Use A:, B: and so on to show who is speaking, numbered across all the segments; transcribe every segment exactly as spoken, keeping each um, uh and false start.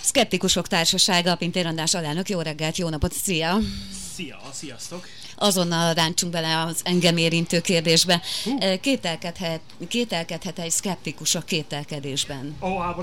A: Szkeptikusok Társasága, Pintér András alelnök, jó reggelt, jó napot, szia!
B: Szia, sziasztok!
A: Azonnal ráncsunk bele az engem érintő kérdésbe. Uh. Kételkedhet, kételkedhet egy szkeptikus a kételkedésben?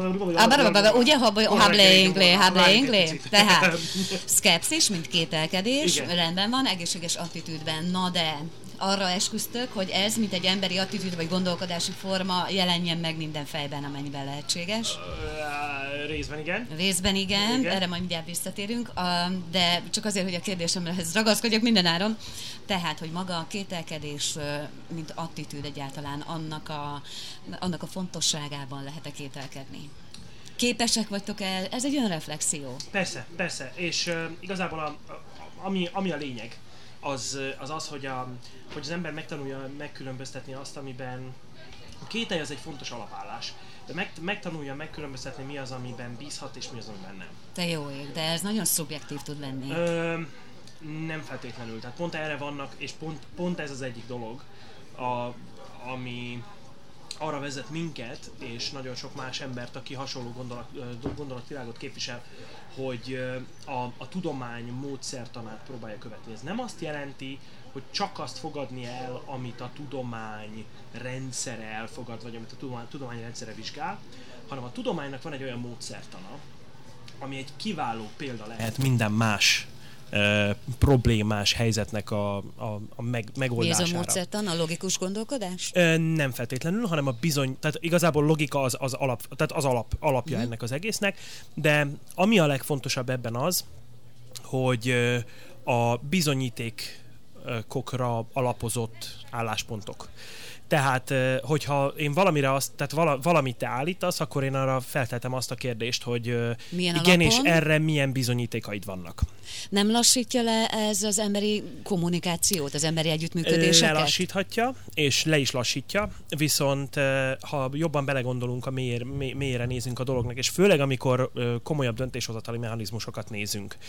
B: Oh,
A: ugye, hable inglé, hable inglé? Tehát, szkepszis, mint kételkedés, igen. Rendben van, egészséges attitűdben, na de... arra esküztök, hogy ez, mint egy emberi attitűd vagy gondolkodási forma jelenjen meg minden fejben, amennyiben lehetséges.
B: Uh, részben igen.
A: Részben igen, igen, erre majd mindjárt visszatérünk, de csak azért, hogy a kérdésemhez ragaszkodjak mindenáron. Tehát, hogy maga a kételkedés, mint attitűd egyáltalán, annak a, annak a fontosságában lehet-e kételkedni? Képesek vagytok el? Ez egy önreflexió.
B: Persze, persze, és uh, igazából a, a, ami, ami a lényeg, az az, az hogy, a, hogy az ember megtanulja megkülönböztetni azt, amiben a kételj az egy fontos alapállás, de meg, megtanulja megkülönböztetni, mi az, amiben bízhat, és mi az, amiben nem.
A: Te jó ég, de ez nagyon szubjektív tud lenni.
B: Ö, nem feltétlenül, tehát pont erre vannak, és pont, pont ez az egyik dolog, a, ami arra vezet minket, és nagyon sok más embert, aki hasonló gondolat, gondolatvilágot képvisel, hogy a, a tudomány módszertanát próbálja követni. Ez nem azt jelenti, hogy csak azt fogadni el, amit a tudomány rendszere elfogad, vagy amit a tudomány, tudomány rendszere vizsgál, hanem a tudománynak van egy olyan módszertana, ami egy kiváló példa lehet minden más Uh, problémás helyzetnek a, a, a meg, megoldására.
A: Mi ez a módszertan? A logikus gondolkodás?
B: Uh, nem feltétlenül, hanem a bizony, tehát igazából logika az, az, alap, tehát az alap, alapja mm. ennek az egésznek, de ami a legfontosabb ebben az, hogy uh, a bizonyítékokra alapozott álláspontok. Tehát, hogyha én valamire azt, tehát vala, valamit te állítasz, akkor én arra feltettem azt a kérdést, hogy milyen igen, alapon? És erre milyen bizonyítékaid vannak.
A: Nem lassítja le ez az emberi kommunikációt, az emberi együttműködéseket?
B: Lelassíthatja, és le is lassítja, viszont ha jobban belegondolunk, a mélyre, mélyre nézünk a dolognak, és főleg amikor komolyabb döntéshozatali mechanizmusokat nézünk,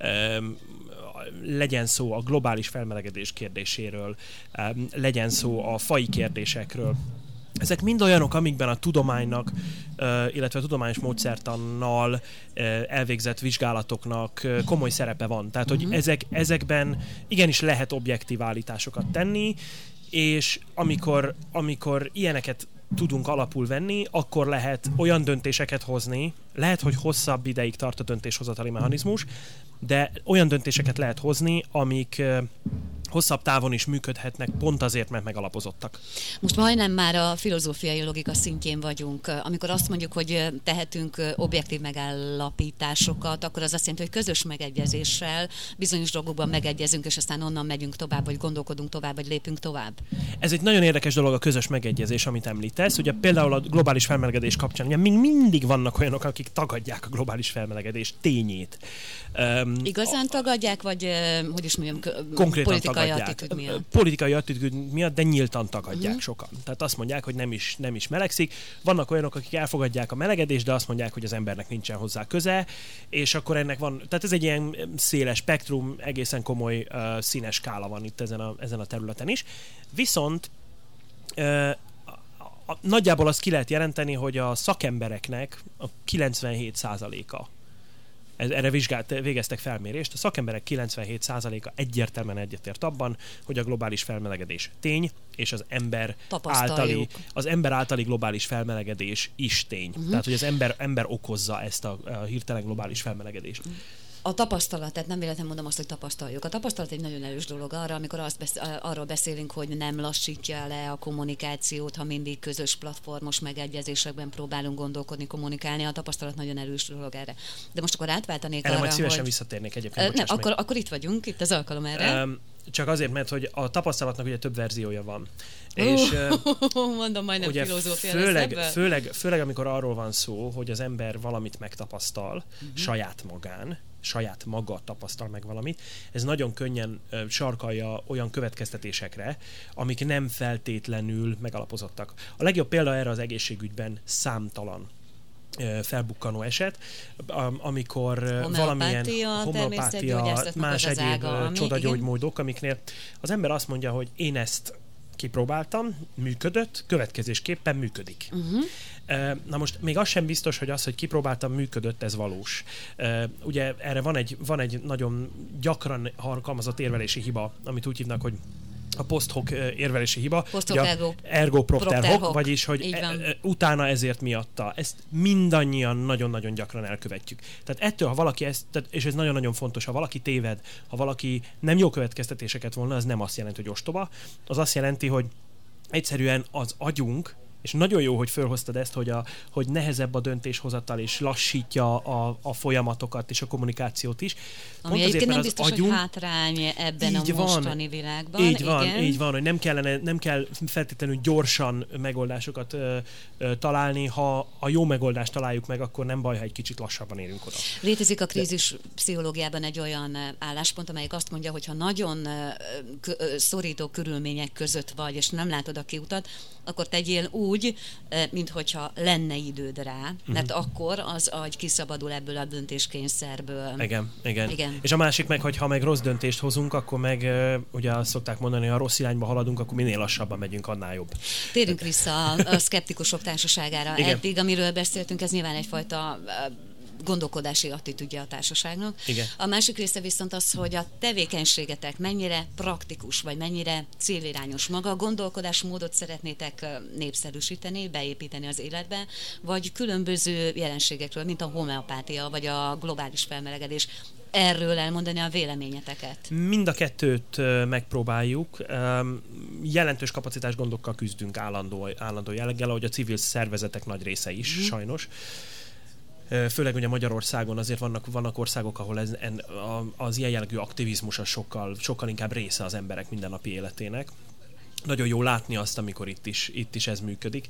B: legyen szó a globális felmelegedés kérdéséről, legyen szó a faji kérdésekről. Ezek mind olyanok, amikben a tudománynak, illetve a tudományos módszertannal elvégzett vizsgálatoknak komoly szerepe van. Tehát, hogy ezek, ezekben igenis lehet objektív állításokat tenni, és amikor, amikor ilyeneket tudunk alapul venni, akkor lehet olyan döntéseket hozni, lehet, hogy hosszabb ideig tart a döntéshozatali mechanizmus, de olyan döntéseket lehet hozni, amik hosszabb távon is működhetnek, pont azért, mert megalapozottak.
A: Most majdnem már a filozófiai logika szintjén vagyunk. Amikor azt mondjuk, hogy tehetünk objektív megállapításokat, akkor az azt jelenti, hogy közös megegyezéssel bizonyos dolgokban megegyezünk, és aztán onnan megyünk tovább, vagy gondolkodunk tovább, vagy lépünk tovább.
B: Ez egy nagyon érdekes dolog, a közös megegyezés, amit említesz. Ugye például a globális felmelegedés kapcsán, ugye még mindig vannak olyanok, akik tagadják a globális felmelegedés tényét. Um,
A: Igazán a, tagadják, vagy hogy is mondjam,
B: konkrétan
A: politikai attitűd miatt?
B: Politikai attitűd miatt, de nyíltan tagadják uh-huh. sokan. Tehát azt mondják, hogy nem is, nem is melegszik. Vannak olyanok, akik elfogadják a melegedést, de azt mondják, hogy az embernek nincsen hozzá köze, és akkor ennek van, tehát ez egy ilyen széles spektrum, egészen komoly uh, színes skála van itt ezen a, ezen a területen is. Viszont uh, a, nagyjából azt ki lehet jelenteni, hogy a szakembereknek a kilencvenhét százaléka, erre vizsgált, végeztek felmérést, a szakemberek kilencvenhét százaléka egyértelműen egyetért abban, hogy a globális felmelegedés tény, és az ember általi, az ember általi globális felmelegedés is tény. Uh-huh. Tehát, hogy az ember, ember okozza ezt a, a hirtelen globális felmelegedést. Uh-huh.
A: A tapasztalat, tehát nem véletlenül mondom azt, hogy tapasztaljuk. A tapasztalat egy nagyon erős dolog arra, amikor azt besz- arról beszélünk, hogy nem lassítja le a kommunikációt, ha mindig közös platformos megegyezésekben próbálunk gondolkodni, kommunikálni. A tapasztalat nagyon erős dolog erre. De most akkor átváltanék erre, arra,
B: majd szívesen
A: hogy...
B: visszatérnék egyébként.
A: Nem, akkor, akkor itt vagyunk, itt az alkalom erre. Um,
B: csak azért, mert hogy a tapasztalatnak ugye több verziója van.
A: Uh, és mondom, majdnem filozófia
B: főleg, főleg, főleg amikor arról van szó, hogy az ember valamit megtapasztal uh-huh. saját magán, saját maga tapasztal meg valamit, ez nagyon könnyen ö, sarkalja olyan következtetésekre, amik nem feltétlenül megalapozottak. A legjobb példa erre az egészségügyben számtalan ö, felbukkanó eset, amikor valamilyen homeopátia, más egyéb csodagyógymódok, amiknél az ember azt mondja, hogy én ezt kipróbáltam, működött, következésképpen működik. Uh-huh. Na most még az sem biztos, hogy az, hogy kipróbáltam, működött, ez valós. Ugye erre van egy, van egy nagyon gyakran alkalmazott érvelési hiba, amit úgy hívnak, hogy a post-hoc érvelési hiba.
A: Post-hoc ergo.
B: Ergo propter, propter hoc,
A: hoc,
B: vagyis, hogy e, utána ezért miatta. Ezt mindannyian nagyon-nagyon gyakran elkövetjük. Tehát ettől, ha valaki ezt, tehát, és ez nagyon-nagyon fontos, ha valaki téved, ha valaki nem jó következtetéseket volna, az nem azt jelenti, hogy ostoba, az azt jelenti, hogy egyszerűen az agyunk, és nagyon jó, hogy fölhoztad ezt, hogy, a, hogy nehezebb a döntéshozatal, és lassítja a, a folyamatokat és a kommunikációt is.
A: Ami Pont egyébként nem biztos, agyunk, hogy hátrány ebben a mostani van, világban.
B: Így van,
A: igen.
B: így van, hogy nem, kellene, nem kell feltétlenül gyorsan megoldásokat ö, ö, találni. Ha a jó megoldást találjuk meg, akkor nem baj, ha egy kicsit lassabban érünk oda.
A: Létezik a krízis pszichológiában egy olyan álláspont, amelyik azt mondja, hogy ha nagyon szorító körülmények között vagy, és nem látod a kiutat, akkor tegyél úgy, minthogyha lenne időd rá, uh-huh. mert akkor az agy kiszabadul ebből a döntéskényszerből.
B: Igen, igen,
A: igen.
B: És a másik meg, hogy ha meg rossz döntést hozunk, akkor meg ugye azt szokták mondani, hogy ha rossz irányba haladunk, akkor minél lassabban megyünk, annál jobb.
A: Térjünk vissza a szkeptikusok társaságára. Igen. Eddig, amiről beszéltünk, ez nyilván egyfajta gondolkodási attitűdje a társaságnak.
B: Igen.
A: A másik része viszont az, hogy a tevékenységetek mennyire praktikus, vagy mennyire célirányos. Maga a gondolkodásmódot szeretnétek népszerűsíteni, beépíteni az életbe, vagy különböző jelenségekről, mint a homeopátia, vagy a globális felmelegedés. Erről elmondani a véleményeteket?
B: Mind a kettőt megpróbáljuk. Jelentős kapacitás gondokkal küzdünk állandó, állandó jelleggel, ahogy a civil szervezetek nagy része is, mm. sajnos. Főleg ugye Magyarországon azért vannak, vannak országok, ahol ez, en, a, az ilyen jellegű aktivizmus az sokkal, sokkal inkább része az emberek mindennapi életének. Nagyon jó látni azt, amikor itt is, itt is ez működik.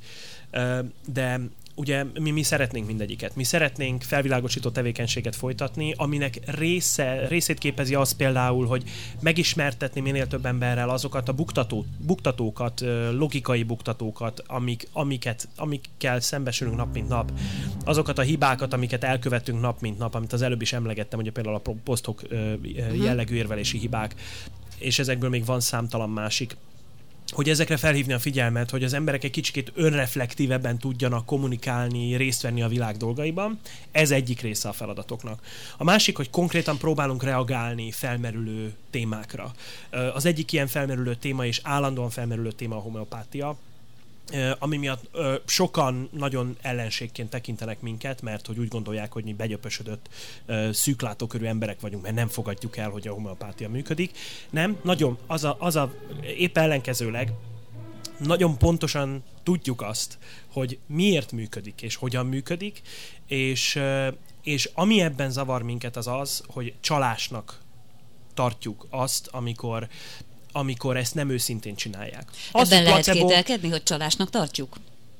B: De ugye mi, mi szeretnénk mindegyiket. Mi szeretnénk felvilágosító tevékenységet folytatni, aminek része, részét képezi az például, hogy megismertetni minél több emberrel azokat a buktató, buktatókat, logikai buktatókat, amik, amiket, amikkel szembesülünk nap mint nap, azokat a hibákat, amiket elkövetünk nap mint nap, amit az előbb is emlegettem, ugye például a post-hoc jellegű érvelési hibák, és ezekből még van számtalan másik, hogy ezekre felhívni a figyelmet, hogy az emberek egy kicsit önreflektívebben tudjanak kommunikálni, részt venni a világ dolgaiban. Ez egyik része a feladatoknak. A másik, hogy konkrétan próbálunk reagálni felmerülő témákra. Az egyik ilyen felmerülő téma és állandóan felmerülő téma a homeopátia, ami miatt ö, sokan nagyon ellenségként tekintenek minket, mert hogy úgy gondolják, hogy mi begyöpösödött, ö, szűklátókörű emberek vagyunk, mert nem fogadjuk el, hogy a homeopátia működik. Nem, nagyon, az a, az a épp ellenkezőleg, nagyon pontosan tudjuk azt, hogy miért működik, és hogyan működik, és, ö, és ami ebben zavar minket az az, hogy csalásnak tartjuk azt, amikor amikor ezt nem őszintén csinálják.
A: Azt, ebben lehet placebo... kételkedni, hogy csalásnak tartjuk?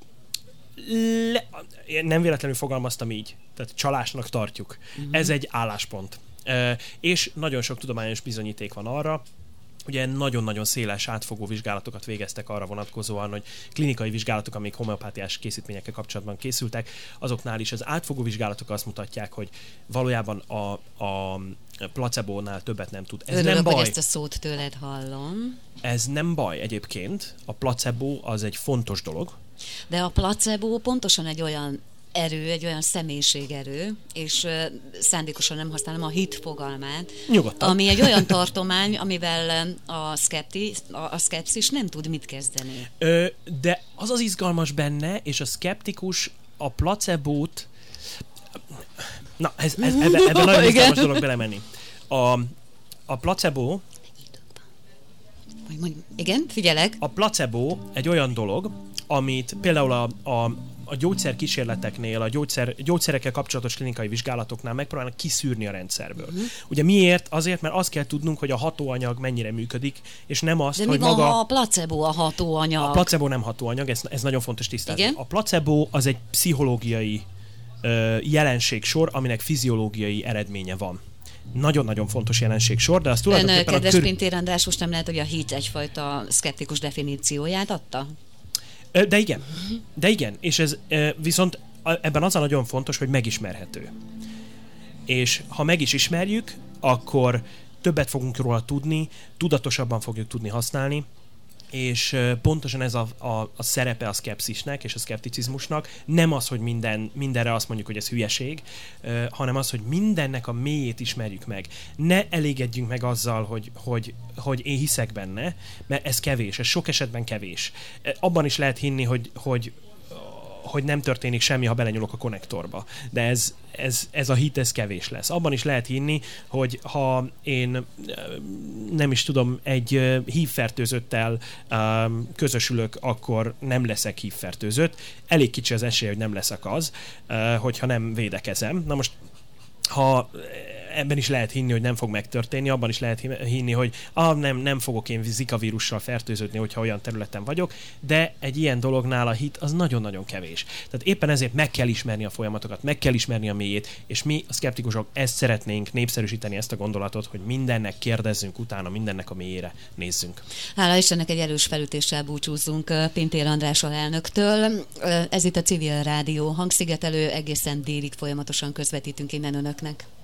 B: Le... Nem véletlenül fogalmaztam így. Tehát csalásnak tartjuk. Uh-huh. Ez egy álláspont. E, és nagyon sok tudományos bizonyíték van arra, ugye nagyon-nagyon széles átfogó vizsgálatokat végeztek arra vonatkozóan, hogy klinikai vizsgálatok, amik homeopátiás készítményekkel kapcsolatban készültek, azoknál is az átfogó vizsgálatok azt mutatják, hogy valójában a, a placebónál többet nem tud. Ez
A: Örülök,
B: nem baj.
A: hogy ezt a szót tőled hallom.
B: Ez nem baj egyébként. A placebo az egy fontos dolog.
A: De a placebo pontosan egy olyan erő, egy olyan személyiségerő, és uh, szándékosan nem használom a hit fogalmát,
B: nyugodtan,
A: ami egy olyan tartomány, amivel a, szkepti, a, a szkepszis nem tud mit kezdeni.
B: Ö, de az az izgalmas benne, és a szkeptikus a placebót, na, ez, ez, ebben ebbe nagyon izgalmas dolog belemenni. A, a placebo,
A: igen, figyelek.
B: A placebo egy olyan dolog, amit például a, a a gyógyszerkísérleteknél, a gyógyszer, gyógyszerekkel kapcsolatos klinikai vizsgálatoknál megpróbálnak kiszűrni a rendszerből. Uh-huh. Ugye miért? Azért, mert azt kell tudnunk, hogy a hatóanyag mennyire működik, és nem azt,
A: de
B: hogy
A: mi van,
B: maga...
A: ha a placebo a hatóanyag?
B: A placebo nem hatóanyag, ez, ez nagyon fontos tisztázni.
A: Igen?
B: A placebo az egy pszichológiai ö, jelenségsor, aminek fiziológiai eredménye van. Nagyon-nagyon fontos jelenségsor, de azt tulajdonképpen...
A: Ön, kedves
B: kör...
A: Pintér András, most nem lehet, hogy a hit egyfajta szkeptikus definícióját adta?
B: De igen, de igen, és ez viszont ebben az a nagyon fontos, hogy megismerhető. És ha meg is ismerjük, akkor többet fogunk róla tudni, tudatosabban fogjuk tudni használni, és pontosan ez a, a, a szerepe a szkepszisnek és a szkepticizmusnak, nem az, hogy minden, mindenre azt mondjuk, hogy ez hülyeség, hanem az, hogy mindennek a mélyét ismerjük meg. Ne elégedjünk meg azzal, hogy, hogy, hogy én hiszek benne, mert ez kevés, ez sok esetben kevés. Abban is lehet hinni, hogy, hogy hogy nem történik semmi, ha belenyúlok a konnektorba. De ez, ez, ez a hit, ez kevés lesz. Abban is lehet hinni, hogy ha én nem is tudom, egy hívfertőzöttel közösülök, akkor nem leszek hívfertőzött. Elég kicsi az esély, hogy nem leszek az, hogyha nem védekezem. Na most, ha ebben is lehet hinni, hogy nem fog megtörténni, abban is lehet hinni, hogy ah, nem, nem fogok én Zika vírussal fertőződni, hogyha olyan területen vagyok, de egy ilyen dolognál a hit az nagyon-nagyon kevés. Tehát éppen ezért meg kell ismerni a folyamatokat, meg kell ismerni a mélyét, és mi, a szkeptikusok, ezt szeretnénk népszerűsíteni, ezt a gondolatot, hogy mindennek kérdezzünk utána, mindennek a mélyére nézzünk.
A: Hála Istennek, egy erős felütéssel búcsúzzunk Pintér András alelnöktől. Ez itt a Civil Rádió, hangszigetelő, egészen délig folyamatosan közvetítünk innen önöknek.